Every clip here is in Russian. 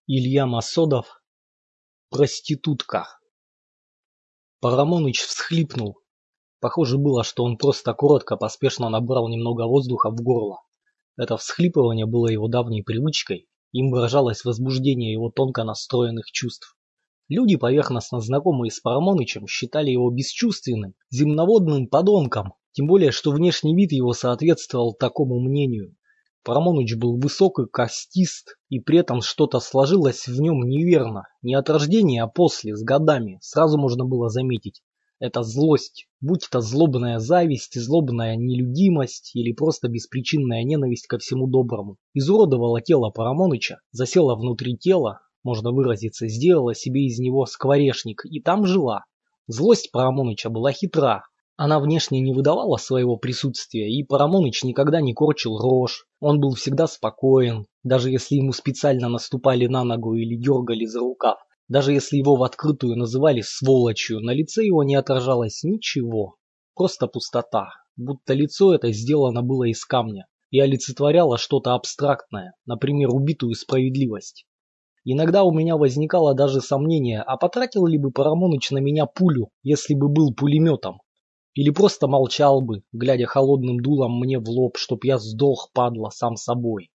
Илья Масодов. Проститутка. Парамоныч всхлипнул. Похоже было, что он просто коротко, поспешно набрал немного воздуха в горло. Это всхлипывание было его давней привычкой, им выражалось возбуждение его тонко настроенных чувств. Люди, поверхностно знакомые с Парамонычем, считали его бесчувственным, земноводным подонком, тем более, что внешний вид его соответствовал такому мнению. Парамоныч был высок и костист, и при этом что-то сложилось в нем неверно, не от рождения, а после, с годами, сразу можно было заметить. Это злость, будь это злобная зависть, злобная нелюдимость или просто беспричинная ненависть ко всему доброму, изуродовала тело Парамоныча, засела внутри тела, можно выразиться, сделала себе из него скворечник и там жила. Злость Парамоныча была хитра. Она внешне не выдавала своего присутствия, и Парамоныч никогда не корчил рожь. Он был всегда спокоен, даже если ему специально наступали на ногу или дергали за рукав. Даже если его в открытую называли сволочью, на лице его не отражалось ничего. Просто пустота, будто лицо это сделано было из камня и олицетворяло что-то абстрактное, например, убитую справедливость. Иногда у меня возникало даже сомнение, а потратил ли бы Парамоныч на меня пулю, если бы был пулеметом? Или просто молчал бы, глядя холодным дулом мне в лоб, чтоб я сдох, падла, сам собой.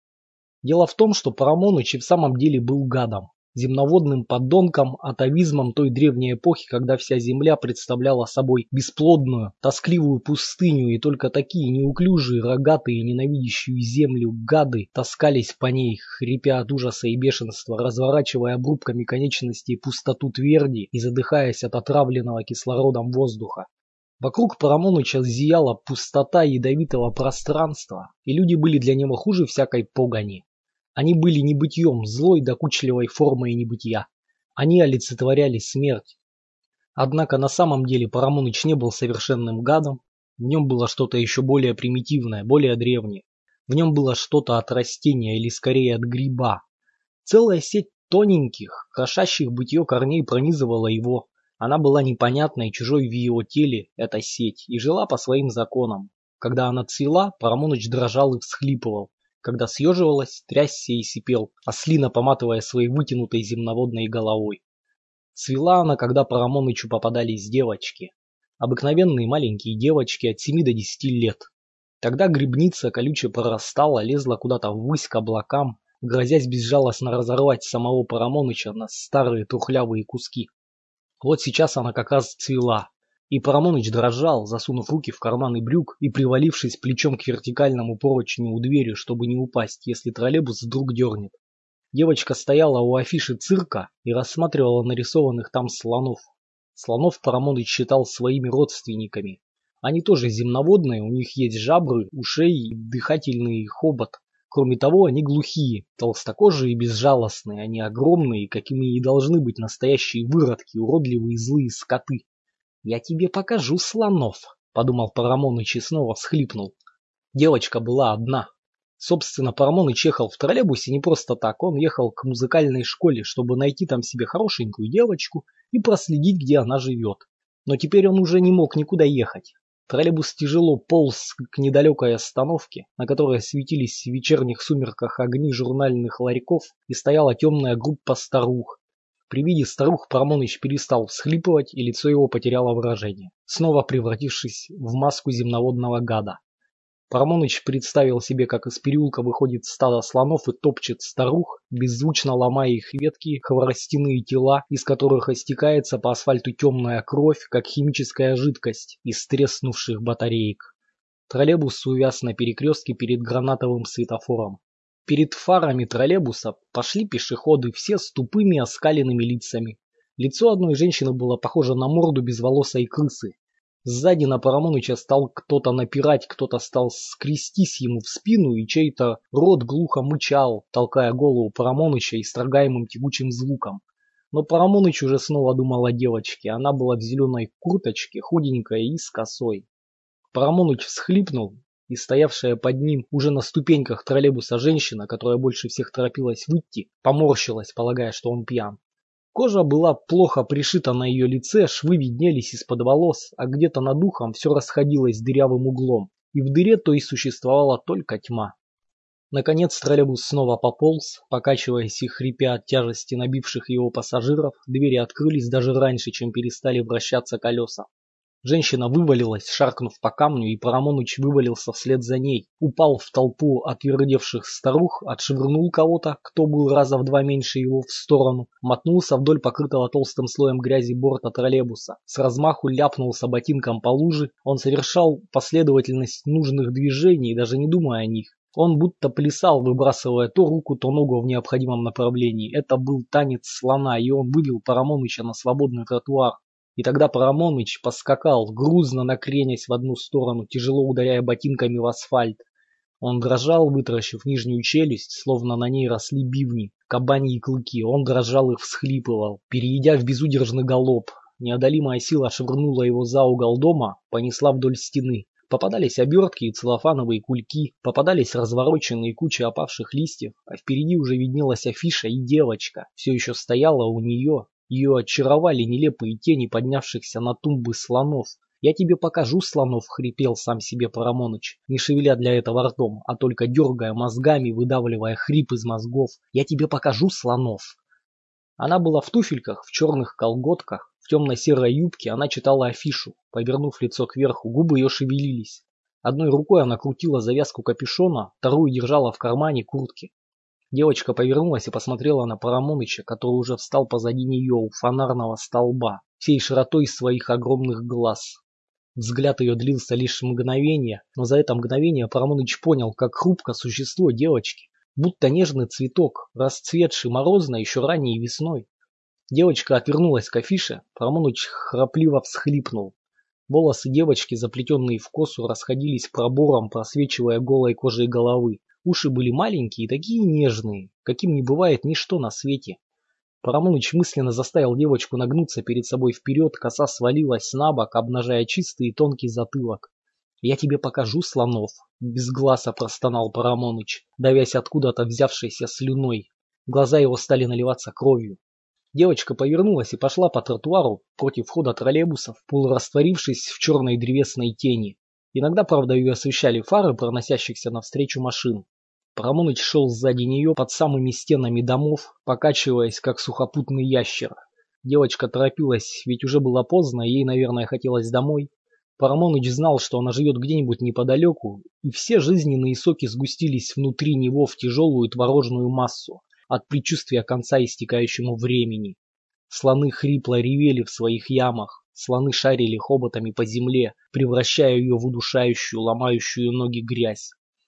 Дело в том, что Парамоныч и в самом деле был гадом, земноводным подонком, атовизмом той древней эпохи, когда вся земля представляла собой бесплодную, тоскливую пустыню, и только такие неуклюжие, рогатые, ненавидящие землю гады таскались по ней, хрипя от ужаса и бешенства, разворачивая обрубками конечностей пустоту тверди и задыхаясь от отравленного кислородом воздуха. Вокруг Парамоныча зияла пустота ядовитого пространства, и люди были для него хуже всякой погони. Они были небытием, злой докучливой формой небытия. Они олицетворяли смерть. Однако на самом деле Парамоныч не был совершенным гадом. В нем было что-то еще более примитивное, более древнее. В нем было что-то от растения или скорее от гриба. Целая сеть тоненьких, крошащих бытие корней пронизывала его. Она была непонятной, чужой в его теле, эта сеть, и жила по своим законам. Когда она цвела, Парамоныч дрожал и всхлипывал. Когда съеживалась, трясся и сипел, ослино поматывая своей вытянутой земноводной головой. Цвела она, когда Парамонычу попадались девочки. Обыкновенные маленькие девочки от 7 до 10 лет. Тогда грибница колюче прорастала, лезла куда-то ввысь к облакам, грозясь безжалостно разорвать самого Парамоныча на старые трухлявые куски. Вот сейчас она как раз цвела, и Парамоныч дрожал, засунув руки в карманы брюк и привалившись плечом к вертикальному поручню у двери, чтобы не упасть, если троллейбус вдруг дернет. Девочка стояла у афиши цирка и рассматривала нарисованных там слонов. Слонов Парамоныч считал своими родственниками. Они тоже земноводные, у них есть жабры, ушей и дыхательный хобот. Кроме того, они глухие, толстокожие и безжалостные, они огромные, какими и должны быть настоящие выродки, уродливые злые скоты. «Я тебе покажу слонов», — подумал Парамоныч и снова всхлипнул. Девочка была одна. Собственно, Парамоныч ехал в троллейбусе не просто так, он ехал к музыкальной школе, чтобы найти там себе хорошенькую девочку и проследить, где она живет. Но теперь он уже не мог никуда ехать. Троллейбус тяжело полз к недалекой остановке, на которой светились в вечерних сумерках огни журнальных ларьков, и стояла темная группа старух. При виде старух Парамоныч перестал всхлипывать, и лицо его потеряло выражение, снова превратившись в маску земноводного гада. Парамоныч представил себе, как из переулка выходит стадо слонов и топчет старух, беззвучно ломая их ветки, хворостяные тела, из которых растекается по асфальту темная кровь, как химическая жидкость из треснувших батареек. Троллейбус увяз на перекрестке перед гранатовым светофором. Перед фарами троллейбуса пошли пешеходы, все с тупыми оскаленными лицами. Лицо одной женщины было похоже на морду безволосой крысы. Сзади на Парамоныча стал кто-то напирать, кто-то стал скрестись ему в спину, и чей-то рот глухо мычал, толкая голову Парамоныча исторгаемым тягучим звуком. Но Парамоныч уже снова думал о девочке, она была в зеленой курточке, худенькая и с косой. Парамоныч всхлипнул, и стоявшая под ним уже на ступеньках троллейбуса женщина, которая больше всех торопилась выйти, поморщилась, полагая, что он пьян. Кожа была плохо пришита на ее лице, швы виднелись из-под волос, а где-то над ухом все расходилось дырявым углом, и в дыре то и существовала только тьма. Наконец троллейбус снова пополз, покачиваясь и хрипя от тяжести набивших его пассажиров, двери открылись даже раньше, чем перестали вращаться колеса. Женщина вывалилась, шаркнув по камню, и Парамоныч вывалился вслед за ней, упал в толпу отвердевших старух, отшвырнул кого-то, кто был раза в два меньше его, в сторону, мотнулся вдоль покрытого толстым слоем грязи борта троллейбуса, с размаху ляпнулся ботинком по луже. Он совершал последовательность нужных движений, даже не думая о них. Он будто плясал, выбрасывая то руку, то ногу в необходимом направлении. Это был танец слона, и он вывел Парамоныча на свободный тротуар. И тогда Парамоныч поскакал, грузно накренясь в одну сторону, тяжело ударяя ботинками в асфальт. Он дрожал, вытаращив нижнюю челюсть, словно на ней росли бивни, кабаньи клыки. Он дрожал и всхлипывал, перейдя в безудержный галоп. Неодолимая сила швырнула его за угол дома, понесла вдоль стены. Попадались обертки и целлофановые кульки, попадались развороченные кучи опавших листьев, а впереди уже виднелась афиша, и девочка все еще стояла у нее. Ее очаровали нелепые тени поднявшихся на тумбы слонов. «Я тебе покажу слонов», — хрипел сам себе Парамоныч, не шевеля для этого ртом, а только дергая мозгами, выдавливая хрип из мозгов. «Я тебе покажу слонов». Она была в туфельках, в черных колготках, в темно-серой юбке. Она читала афишу, повернув лицо кверху, губы ее шевелились. Одной рукой она крутила завязку капюшона, вторую держала в кармане куртки. Девочка повернулась и посмотрела на Парамоныча, который уже встал позади нее у фонарного столба, всей широтой своих огромных глаз. Взгляд ее длился лишь мгновение, но за это мгновение Парамоныч понял, как хрупко существо девочки, будто нежный цветок, расцветший морозно еще ранней весной. Девочка отвернулась к афише, Парамоныч храпливо всхлипнул. Волосы девочки, заплетенные в косу, расходились пробором, просвечивая голой кожей головы. Уши были маленькие и такие нежные, каким не бывает ничто на свете. Парамоныч мысленно заставил девочку нагнуться перед собой вперед, коса свалилась на бок, обнажая чистый и тонкий затылок. «Я тебе покажу слонов», — без глаза простонал Парамоныч, давясь откуда-то взявшейся слюной. Глаза его стали наливаться кровью. Девочка повернулась и пошла по тротуару против входа троллейбусов, полурастворившись в черной древесной тени. Иногда, правда, ее освещали фары проносящихся навстречу машин. Парамоныч шел сзади нее под самыми стенами домов, покачиваясь, как сухопутный ящер. Девочка торопилась, ведь уже было поздно, ей, наверное, хотелось домой. Парамоныч знал, что она живет где-нибудь неподалеку, и все жизненные соки сгустились внутри него в тяжелую творожную массу от предчувствия конца истекающему времени. Слоны хрипло ревели в своих ямах, слоны шарили хоботами по земле, превращая ее в удушающую, ломающую ноги грязь.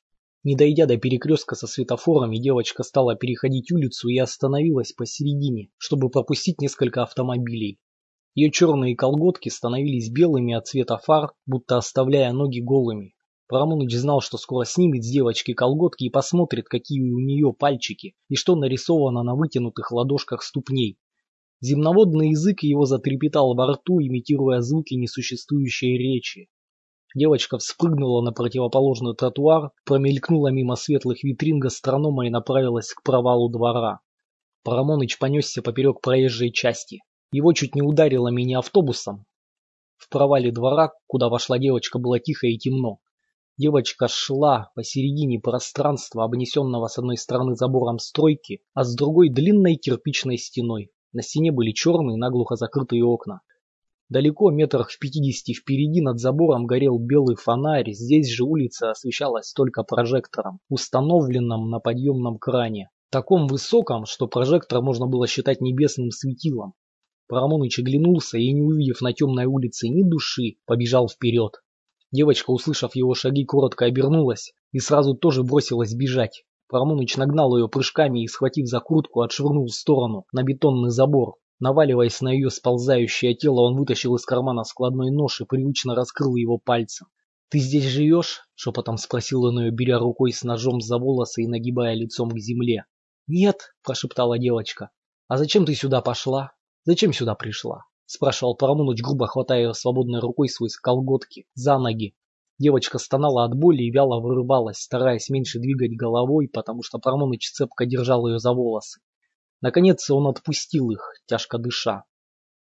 Не дойдя до перекрестка со светофорами, девочка стала переходить улицу и остановилась посередине, чтобы пропустить несколько автомобилей. Ее черные колготки становились белыми от цвета фар, будто оставляя ноги голыми. Парамоныч знал, что скоро снимет с девочки колготки и посмотрит, какие у нее пальчики, и что нарисовано на вытянутых ладошках ступней. Земноводный язык его затрепетал во рту, имитируя звуки несуществующей речи. Девочка вспрыгнула на противоположный тротуар, промелькнула мимо светлых витрин гастронома и направилась к провалу двора. Парамоныч понесся поперек проезжей части. Его чуть не ударило мини-автобусом. В провале двора, куда вошла девочка, было тихо и темно. Девочка шла посередине пространства, обнесенного с одной стороны забором стройки, а с другой длинной кирпичной стеной. На стене были черные, наглухо закрытые окна. Далеко, метрах в 50 впереди, над забором горел белый фонарь. Здесь же улица освещалась только прожектором, установленным на подъемном кране, таком высоком, что прожектор можно было считать небесным светилом. Парамоныч оглянулся и, не увидев на темной улице ни души, побежал вперед. Девочка, услышав его шаги, коротко обернулась и сразу тоже бросилась бежать. Парамоныч нагнал ее прыжками и, схватив за куртку, отшвырнул в сторону, на бетонный забор. Наваливаясь на ее сползающее тело, он вытащил из кармана складной нож и привычно раскрыл его пальцем. «Ты здесь живешь?» — шепотом спросил он ее, беря рукой с ножом за волосы и нагибая лицом к земле. «Нет», — прошептала девочка. «А зачем ты сюда пошла? Зачем сюда пришла?» — спрашивал Парамоныч, грубо хватая ее свободной рукой свои колготки за ноги. Девочка стонала от боли и вяло вырывалась, стараясь меньше двигать головой, потому что Парамоныч цепко держал ее за волосы. Наконец он отпустил их, тяжко дыша.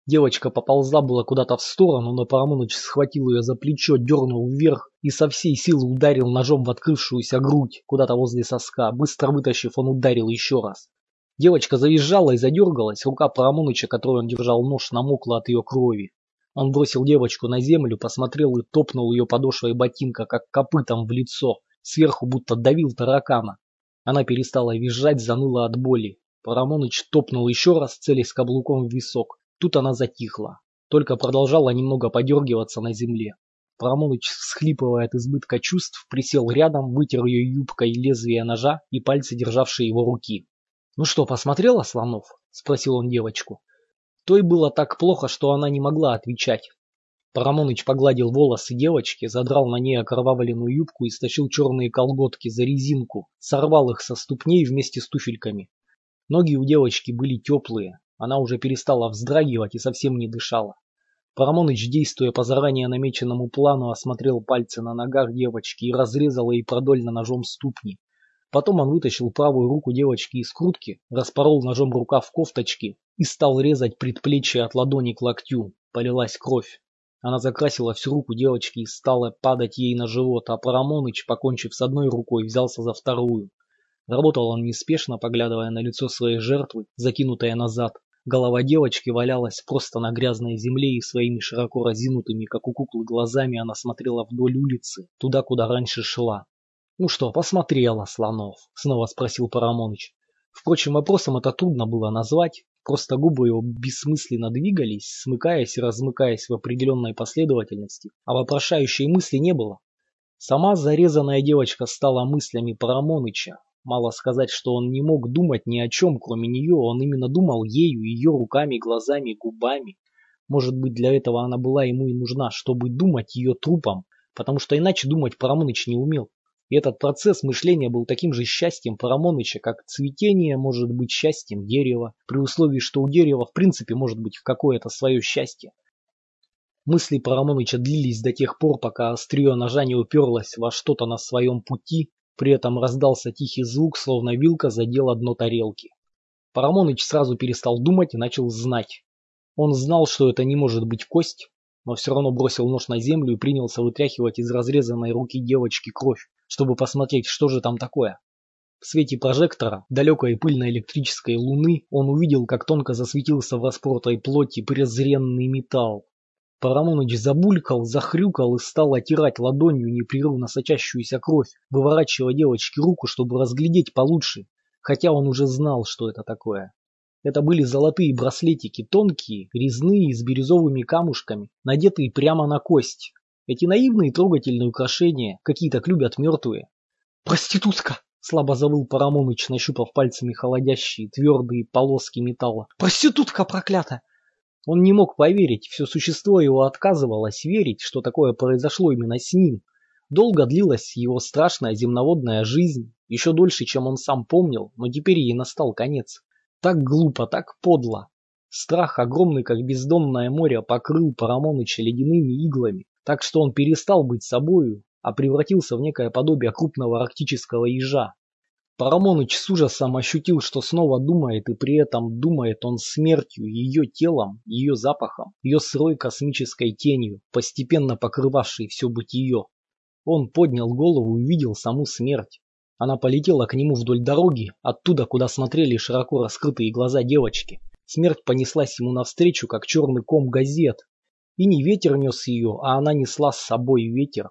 Девочка поползла было куда-то в сторону, но Парамоныч схватил ее за плечо, дернул вверх и со всей силы ударил ножом в открывшуюся грудь, куда-то возле соска. Быстро вытащив, он ударил еще раз. Девочка завизжала и задергалась, рука Парамоныча, которой он держал нож, намокла от ее крови. Он бросил девочку на землю, посмотрел и топнул ее подошвой ботинка, как копытом в лицо, сверху будто давил таракана. Она перестала визжать, заныла от боли. Парамоныч топнул еще раз, целясь каблуком в висок. Тут она затихла, только продолжала немного подергиваться на земле. Парамоныч, всхлипывая от избытка чувств, присел рядом, вытер ее юбкой лезвие ножа и пальцы, державшие его руки. «Ну что, посмотрела, Слонов?» – спросил он девочку. Той было так плохо, что она не могла отвечать. Парамоныч погладил волосы девочки, задрал на ней окровавленную юбку и стащил черные колготки за резинку, сорвал их со ступней вместе с туфельками. Ноги у девочки были теплые. Она уже перестала вздрагивать и совсем не дышала. Парамоныч, действуя по заранее намеченному плану, осмотрел пальцы на ногах девочки и разрезал ей продольно ножом ступни. Потом он вытащил правую руку девочки из куртки, распорол ножом рукав кофточки и стал резать предплечье от ладони к локтю. Полилась кровь. Она закрасила всю руку девочки и стала падать ей на живот, а Парамоныч, покончив с одной рукой, взялся за вторую. Работал он неспешно, поглядывая на лицо своей жертвы, закинутое назад. Голова девочки валялась просто на грязной земле, и своими широко разинутыми, как у куклы, глазами она смотрела вдоль улицы, туда, куда раньше шла. «Ну что, посмотрела, Слонов?» — снова спросил Парамоныч. Впрочем, вопросом это трудно было назвать, просто губы его бессмысленно двигались, смыкаясь и размыкаясь в определенной последовательности, а вопрошающей мысли не было. Сама зарезанная девочка стала мыслями Парамоныча. Мало сказать, что он не мог думать ни о чем, кроме нее, он именно думал ею, ее руками, глазами, губами. Может быть, для этого она была ему и нужна, чтобы думать ее трупом, потому что иначе думать Парамоныч не умел. И этот процесс мышления был таким же счастьем Парамоныча, как цветение может быть счастьем дерева, при условии, что у дерева в принципе может быть какое-то свое счастье. Мысли Парамоныча длились до тех пор, пока острие ножа не уперлось во что-то на своем пути. При этом раздался тихий звук, словно вилка задела дно тарелки. Парамоныч сразу перестал думать и начал знать. Он знал, что это не может быть кость, но все равно бросил нож на землю и принялся вытряхивать из разрезанной руки девочки кровь, чтобы посмотреть, что же там такое. В свете прожектора, далекой и пыльной электрической луны, он увидел, как тонко засветился в распоротой плоти презренный металл. Парамоныч забулькал, захрюкал и стал оттирать ладонью непрерывно сочащуюся кровь, выворачивая девочке руку, чтобы разглядеть получше, хотя он уже знал, что это такое. Это были золотые браслетики, тонкие, резные, с бирюзовыми камушками, надетые прямо на кость. Эти наивные трогательные украшения, какие так любят мертвые. «Проститутка!» — слабо завыл Парамоныч, нащупав пальцами холодящие, твердые полоски металла. «Проститутка проклята!» Он не мог поверить, все существо его отказывалось верить, что такое произошло именно с ним. Долго длилась его страшная земноводная жизнь, еще дольше, чем он сам помнил, но теперь ей настал конец. Так глупо, так подло. Страх, огромный как бездонное море, покрыл Парамоныча ледяными иглами, так что он перестал быть собою, а превратился в некое подобие крупного арктического ежа. Парамоныч с ужасом ощутил, что снова думает, и при этом думает он смертью, ее телом, ее запахом, ее сырой космической тенью, постепенно покрывавшей все бытие. Он поднял голову и увидел саму смерть. Она полетела к нему вдоль дороги, оттуда, куда смотрели широко раскрытые глаза девочки. Смерть понеслась ему навстречу, как черный ком газет. И не ветер нес ее, а она несла с собой ветер.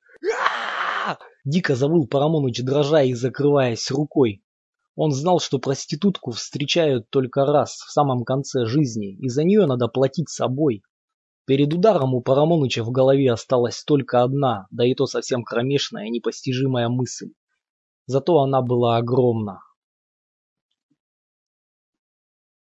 Дико завыл Парамоныч, дрожа и закрываясь рукой. Он знал, что проститутку встречают только раз, в самом конце жизни, и за нее надо платить собой. Перед ударом у Парамоныча в голове осталась только одна, да и то совсем кромешная, непостижимая мысль. Зато она была огромна.